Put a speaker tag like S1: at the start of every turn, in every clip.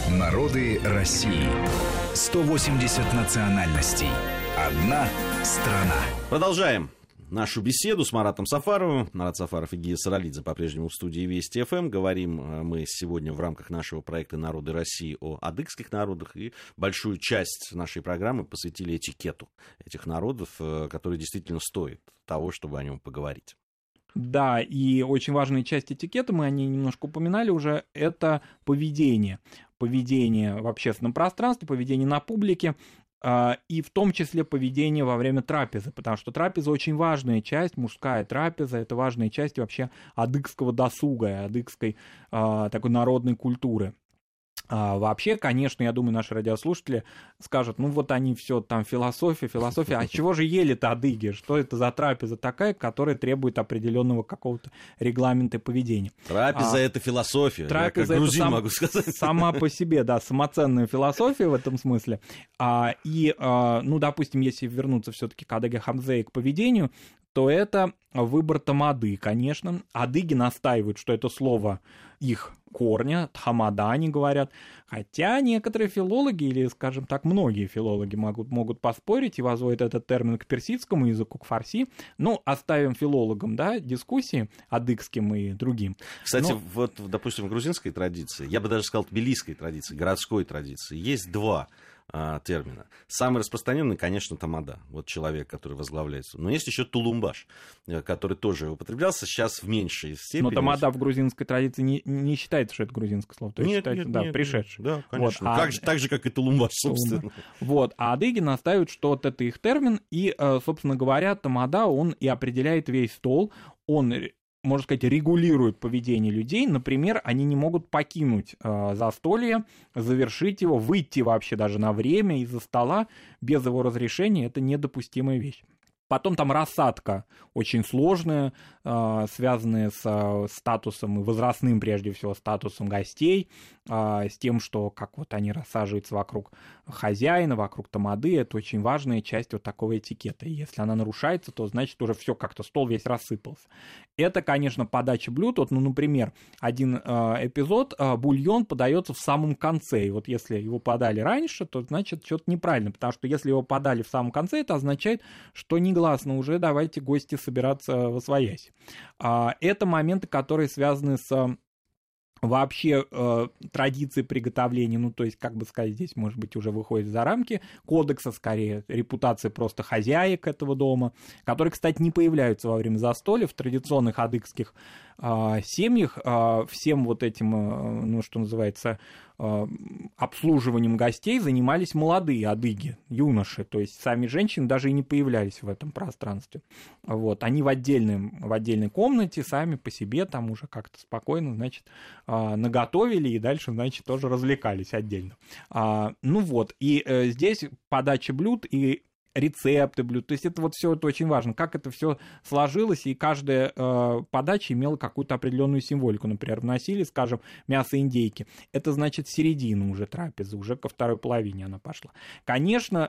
S1: Народы России. 180 национальностей. Одна страна.
S2: Продолжаем нашу беседу с Маратом Сафаровым. Марат Сафаров и Гия Саралидзе по-прежнему в студии Вести ФМ. Говорим мы сегодня в рамках нашего проекта «Народы России» о адыгских народах. И большую часть нашей программы посвятили этикету этих народов, который действительно стоит того, чтобы о нем поговорить.
S3: Да, и очень важная часть этикета, мы о ней немножко упоминали уже, это поведение. Поведение в общественном пространстве, поведение на публике, и в том числе поведение во время трапезы, потому что трапеза очень важная часть, мужская трапеза, это важная часть вообще адыгского досуга, адыгской такой народной культуры. Вообще, конечно, я думаю, наши радиослушатели скажут, ну вот они все там философия, а чего же ели-то адыги? Что это за трапеза такая, которая требует определенного какого-то регламента поведения?
S2: Трапеза это философия,
S3: трапеза
S2: я как грузин могу сказать.
S3: Сама по себе, да, самоценная философия в этом смысле. Ну, допустим, если вернуться все-таки к Адыге Хамзе и к поведению, то это выбор тамады, конечно. Адыги настаивают, что это слово их корня, тхамада они говорят, хотя некоторые филологи, или, скажем так, многие филологи могут поспорить и возводят этот термин к персидскому языку, к фарси. Ну, оставим филологам, да, дискуссии адыгским и другим.
S2: Кстати, вот, допустим, в грузинской традиции, я бы даже сказал, тбилисской традиции, городской традиции, есть два термина. Самый распространенный, конечно, тамада, вот человек, который возглавляется. Но есть еще тулумбаш, который тоже употреблялся, сейчас в меньшей степени.
S3: Но тамада в грузинской традиции не считается, что это грузинское слово. То есть считается, да, пришедший.
S2: Да, конечно. Вот. Так же, как и тулумбаш, собственно.
S3: Вот. А адыги настаивают, что вот это их термин, и, собственно говоря, тамада, он и определяет весь стол, он, можно сказать, регулирует поведение людей. Например, они не могут покинуть застолье, завершить его, выйти вообще даже на время из-за стола без его разрешения. Это недопустимая вещь. Потом там рассадка очень сложная, связанная с статусом и возрастным, прежде всего, статусом гостей, с тем, что как вот они рассаживаются вокруг хозяина, вокруг тамады. Это очень важная часть вот такого этикета. И если она нарушается, то значит уже все как-то, стол весь рассыпался. Это, конечно, подача блюд. Вот, ну, например, один эпизод, бульон подается в самом конце. И вот если его подали раньше, то значит что-то неправильно. Потому что если его подали в самом конце, это означает, что негласно уже давайте гости собираться восвоясь. Это моменты, которые связаны с вообще традиции приготовления, ну, то есть, как бы сказать, здесь, может быть, уже выходит за рамки кодекса, скорее, репутации просто хозяек этого дома, которые, кстати, не появляются во время застолья в традиционных адыгских семьях. Всем вот этим, ну, что называется, обслуживанием гостей занимались молодые адыги, юноши, то есть сами женщины даже и не появлялись в этом пространстве. Вот. Они в отдельной комнате сами по себе там уже как-то спокойно, значит, наготовили и дальше, значит, тоже развлекались отдельно. Ну вот, и здесь подача блюд и рецепты блюд, то есть это вот все это очень важно, как это все сложилось, и каждая подача имела какую-то определенную символику. Например, вносили, скажем, мясо индейки, это значит середина уже трапезы, уже ко второй половине она пошла. Конечно,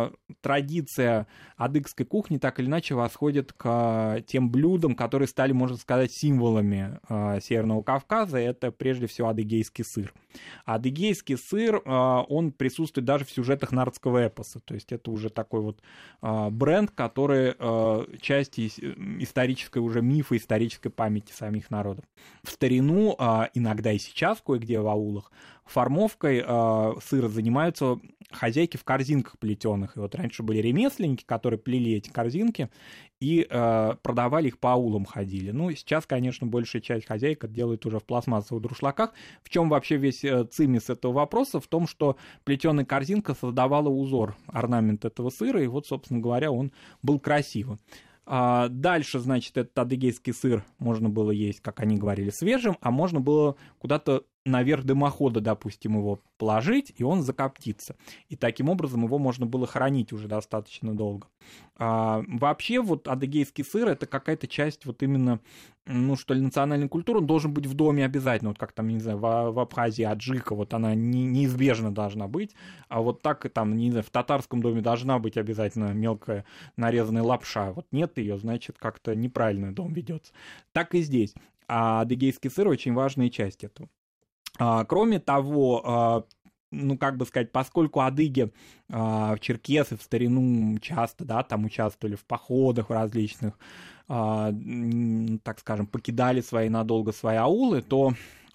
S3: традиция адыгской кухни так или иначе восходит к тем блюдам, которые стали, можно сказать, символами Северного Кавказа. Это прежде всего адыгейский сыр. Адыгейский сыр, он присутствует даже в сюжетах нардского эпоса, то есть это уже такой вот бренд, который часть исторической уже мифа, исторической памяти самих народов. В старину, иногда и сейчас кое-где в аулах, формовкой сыра занимаются хозяйки в корзинках плетеных. И вот раньше были ремесленники, которые плели эти корзинки и продавали их по аулам, ходили. Ну, сейчас, конечно, большая часть хозяек это делает уже в пластмассовых дуршлагах. В чем вообще весь цимис этого вопроса? В том, что плетеная корзинка создавала узор, орнамент этого сыра, и вот, собственно говоря, он был красивым. Дальше, значит, этот адыгейский сыр можно было есть, как они говорили, свежим, а можно было куда-то наверх дымохода, допустим, его положить, и он закоптится. И таким образом его можно было хранить уже достаточно долго. Вообще, вот адыгейский сыр — это какая-то часть вот именно, ну, что ли, национальной культуры. Он должен быть в доме обязательно, вот как там, не знаю, в Абхазии аджика, вот она неизбежно должна быть, а вот так и там, не знаю, в татарском доме должна быть обязательно мелкая нарезанная лапша. Вот нет ее, значит, как-то неправильно дом ведется. Так и здесь. А адыгейский сыр — очень важная часть этого. Кроме того, ну, как бы сказать, поскольку адыги, черкесы в старину часто, да, там участвовали в походах различных, так скажем, покидали надолго свои аулы, то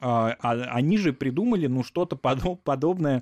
S3: они же придумали, ну, что-то подобное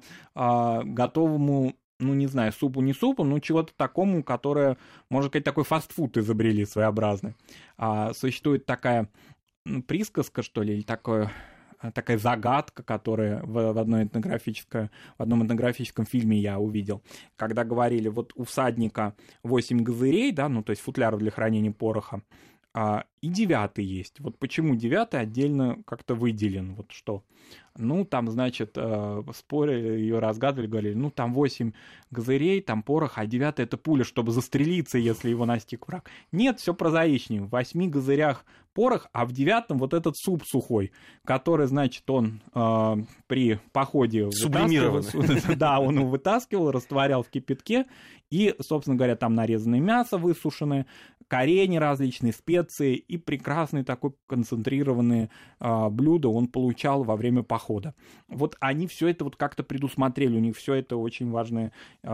S3: готовому, ну, не знаю, супу, не супу, но чего-то такому, которое, можно сказать, такой фастфуд изобрели своеобразный. Существует такая присказка, что ли, или такая загадка, которая в одном этнографическом фильме я увидел, когда говорили, вот у всадника 8 козырей, да, ну, то есть футляров для хранения пороха, и 9 есть. Вот почему 9 отдельно как-то выделен, вот что? Ну, там, значит, спорили, ее разгадывали, говорили, ну, там 8 козырей, там порох, а 9 это пуля, чтобы застрелиться, если его настиг враг. Нет, все прозаичнее. В 8 козырях порох, а в 9 вот этот суп сухой, который, значит, он при походе
S2: сублимированный.
S3: Да, он его вытаскивал, растворял в кипятке, и, собственно говоря, там нарезанное мясо высушенное, корени различные, специи и прекрасные такое концентрированные блюда он получал во время похода. Вот они все это вот как-то предусмотрели, у них все это очень важные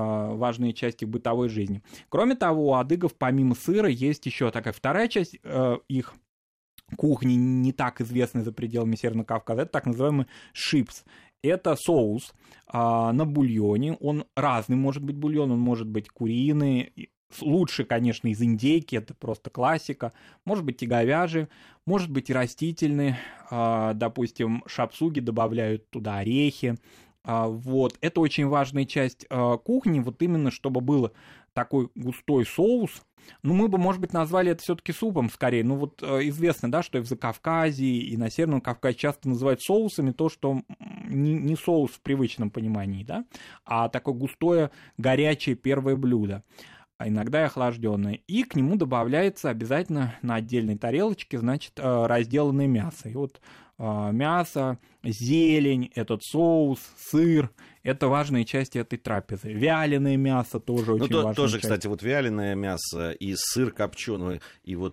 S3: части бытовой жизни. Кроме того, у адыгов помимо сыра есть еще такая вторая часть их кухни, не так известная за пределами Северного Кавказа, это так называемый шипс. Это соус на бульоне, он разный может быть бульон, он может быть куриный, лучше, конечно, из индейки, это просто классика, может быть и говяжий, может быть и растительный, допустим, шапсуги добавляют туда орехи, вот, это очень важная часть кухни, вот именно чтобы был такой густой соус. Ну, мы бы, может быть, назвали это все-таки супом скорее. Ну, вот известно, да, что и в Закавказье, и на Северном Кавказе часто называют соусами то, что не соус в привычном понимании, да, а такое густое, горячее первое блюдо, а иногда и охлажденное. И к нему добавляется обязательно на отдельной тарелочке, значит, разделанное мясо. И вот мясо, зелень, этот соус, сыр – это важные части этой трапезы. Вяленое мясо тоже очень важная
S2: тоже,
S3: часть.
S2: кстати, вот вяленое мясо и сыр копченый, и вот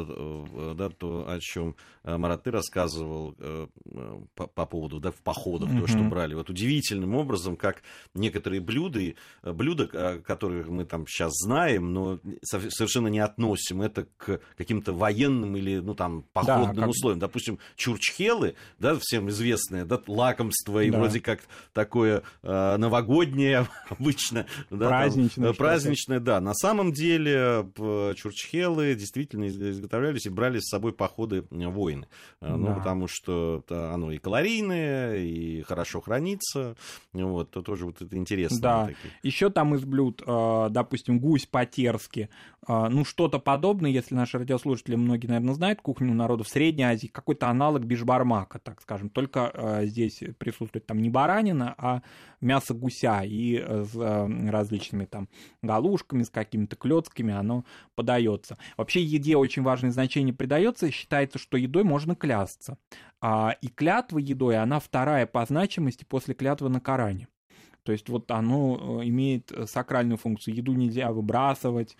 S2: да, то, о чем, Марат, ты рассказывал по поводу, да, в походах, то, что брали. Вот удивительным образом, как некоторые блюда, которые мы там сейчас знаем, но совершенно не относим это к каким-то военным или, ну, там, походным условиям. Допустим, чурчхелы, да, всем известное, да, лакомство, и вроде как такое новогоднее обычно. Праздничное, да. На самом деле чурчхелы действительно изготовлялись и брали с собой походы воины. Ну, потому что оно и калорийное, и хорошо хранится. Вот, то тоже вот это интересно.
S3: Да. Еще там из блюд, допустим, гусь по-терски. Ну, что-то подобное, если наши радиослушатели, многие, наверное, знают кухню народов Средней Азии, какой-то аналог бишбармака, так скажем. Только здесь присутствует там не баранина, а мясо гуся, и с различными там галушками, с какими-то клёцками оно подается. Вообще еде очень важное значение придается, считается, что едой можно клясться. И клятва едой, она вторая по значимости после клятвы на Коране. То есть вот оно имеет сакральную функцию. Еду нельзя выбрасывать,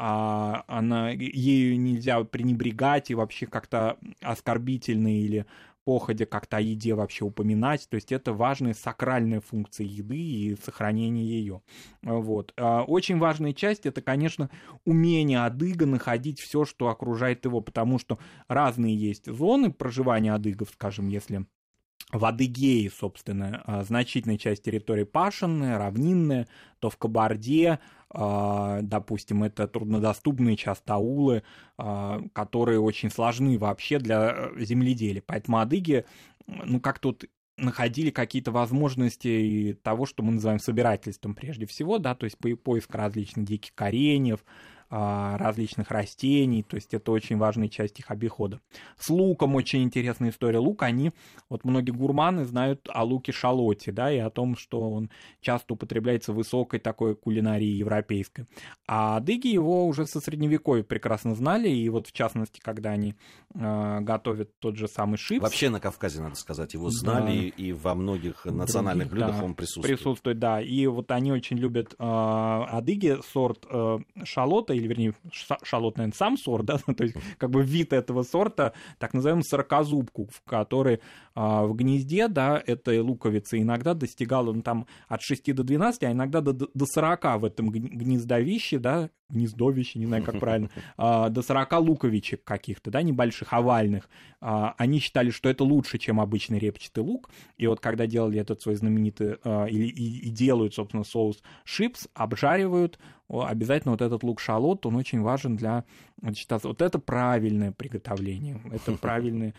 S3: ею нельзя пренебрегать и вообще как-то оскорбительно или походя как-то о еде вообще упоминать. То есть это важная сакральная функция еды и сохранение ее. Вот. Очень важная часть — это, конечно, умение адыга находить все, что окружает его, потому что разные есть зоны проживания адыгов, скажем, если в Адыгее, собственно, значительная часть территории пашенная, равнинная, то в Кабарде, допустим, это труднодоступные часто аулы, которые очень сложны вообще для земледелия. Поэтому адыги, ну, как тут находили какие-то возможности того, что мы называем собирательством прежде всего, да, то есть поиск различных диких кореньев, различных растений, то есть это очень важная часть их обихода. С луком очень интересная история. Лук, вот многие гурманы знают о луке-шалоте, да, и о том, что он часто употребляется в высокой такой кулинарии европейской. А адыги его уже со средневековья прекрасно знали, и вот в частности, когда они готовят тот же самый шипс.
S2: Вообще на Кавказе, надо сказать, его знали, и во многих национальных блюдах он присутствует.
S3: Да, и вот они очень любят адыги сорт шалота, или, вернее, шалот, наверное, сам сорт, да, то есть как бы вид этого сорта, так называемый сорокозубку, в который в гнезде, да, этой луковицы иногда достигала там от 6 до 12, а иногда до 40 в этом гнездовище, да, гнездовище, не знаю, как правильно, до 40 луковичек каких-то, да, небольших, овальных. Они считали, что это лучше, чем обычный репчатый лук. И вот когда делали этот свой знаменитый, и делают, собственно, соус шипс, обжаривают обязательно вот этот лук-шалот, он очень важен для, считается, вот это правильное приготовление, это правильная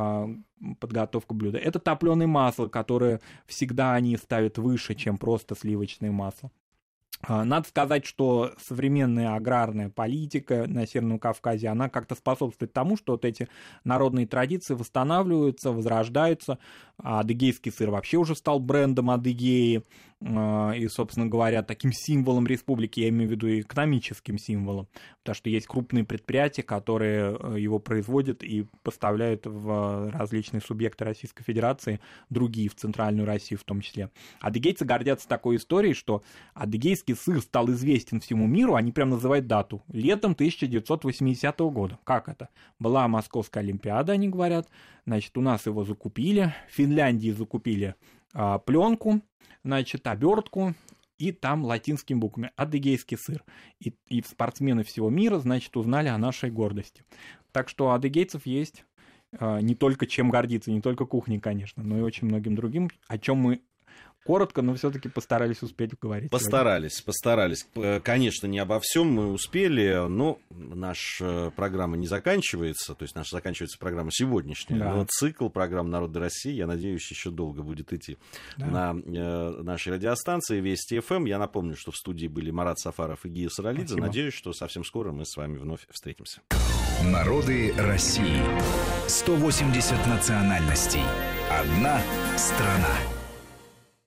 S3: подготовка блюда. Это топленое масло, которое всегда они ставят выше, чем просто сливочное масло. Надо сказать, что современная аграрная политика на Северном Кавказе, она как-то способствует тому, что вот эти народные традиции восстанавливаются, возрождаются. Адыгейский сыр вообще уже стал брендом Адыгеи и, собственно говоря, таким символом республики, я имею в виду экономическим символом, потому что есть крупные предприятия, которые его производят и поставляют в различные субъекты Российской Федерации, другие в Центральную Россию в том числе. Адыгейцы гордятся такой историей, что адыгейский сыр стал известен всему миру, они прям называют дату, летом 1980 года. Как это? Была Московская Олимпиада, они говорят, значит, у нас его закупили, в Финляндии закупили пленку, значит, обертку, и там латинскими буквами адыгейский сыр. И спортсмены всего мира, значит, узнали о нашей гордости. Так что у адыгейцев есть не только чем гордиться, не только кухней, конечно, но и очень многим другим, о чем мы коротко, но все-таки постарались успеть говорить.
S2: Постарались. Конечно, не обо всем мы успели, но наша программа не заканчивается, то есть наша заканчивается программа сегодняшняя, да. Но цикл программ «Народы России», я надеюсь, еще долго будет идти на нашей радиостанции Вести ФМ. Я напомню, что в студии были Марат Сафаров и Гия Саралидзе. Спасибо. Надеюсь, что совсем скоро мы с вами вновь встретимся.
S1: Народы России. 180 национальностей. Одна страна.